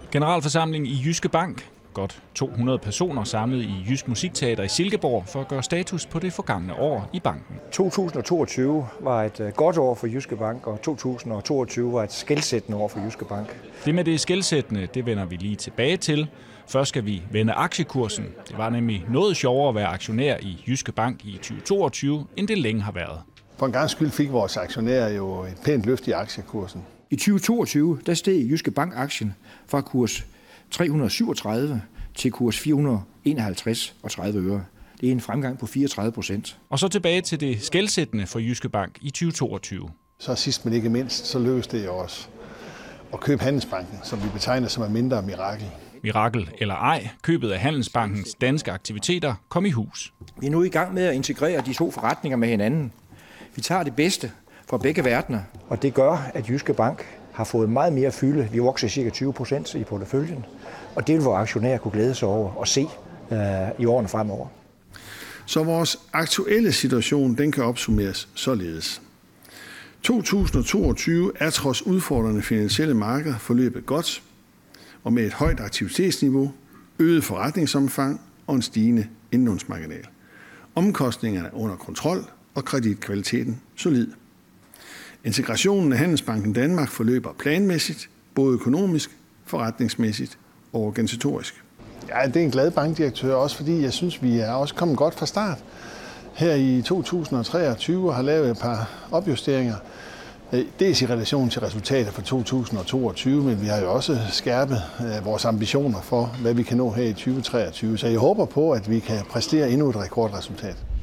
Generalforsamling i Jyske Bank. Godt 200 personer samlet i Jysk Musikteater i Silkeborg for at gøre status på det forgangne år i banken. 2022 var et godt år for Jyske Bank, og 2022 var et skelsættende år for Jyske Bank. Det med det skelsættende, det vender vi lige tilbage til. Først skal vi vende aktiekursen. Det var nemlig noget sjovere at være aktionær i Jyske Bank i 2022, end det længe har været. For en gang skyld fik vores aktionærer jo et pænt løft i aktiekursen. I 2022 der steg Jyske Bank-aktien fra kurs 337 til kurs 451,30 øre. Det er en fremgang på 34%. Og så tilbage til det skelsættende for Jyske Bank i 2022. Så sidst men ikke mindst, så lykkedes det jo også at købe Handelsbanken, som vi betegner som et mindre mirakel. Mirakel eller ej, købet af Handelsbankens danske aktiviteter kom i hus. Vi er nu i gang med at integrere de to forretninger med hinanden. Vi tager det bedste fra begge verdener. Og det gør, at Jyske Bank har fået meget mere fylde. Vi vokser ca. 20% i porteføljen, og det vil vores aktionærer kunne glæde sig over og se i årene fremover. Så vores aktuelle situation, den kan opsummeres således. 2022 er trods udfordrende finansielle markeder forløbet godt, og med et højt aktivitetsniveau, øget forretningsomfang og en stigende indlånsmarginal. Omkostningerne er under kontrol, og kreditkvaliteten solid. Integrationen af Handelsbanken Danmark forløber planmæssigt, både økonomisk, forretningsmæssigt og organisatorisk. Ja, det er en glad bankdirektør også, fordi jeg synes, vi er også kommet godt fra start. Her i 2023 har lavet et par opjusteringer. Dels i relation til resultater for 2022, men vi har jo også skærpet vores ambitioner for, hvad vi kan nå her i 2023. Så jeg håber på, at vi kan præstere endnu et rekordresultat.